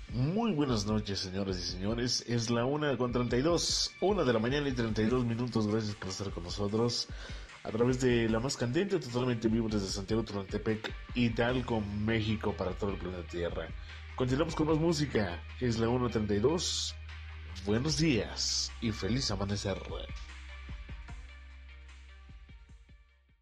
Muy buenas noches, señoras y señores. Es la 1:32, 1 de la mañana y 32 minutos. Gracias por estar con nosotros a través de la más candente, totalmente vivo desde Santiago Tulantepec, Hidalgo, México, para todo el planeta Tierra. Continuamos con más música. Es la 1:32. Buenos días y feliz amanecer.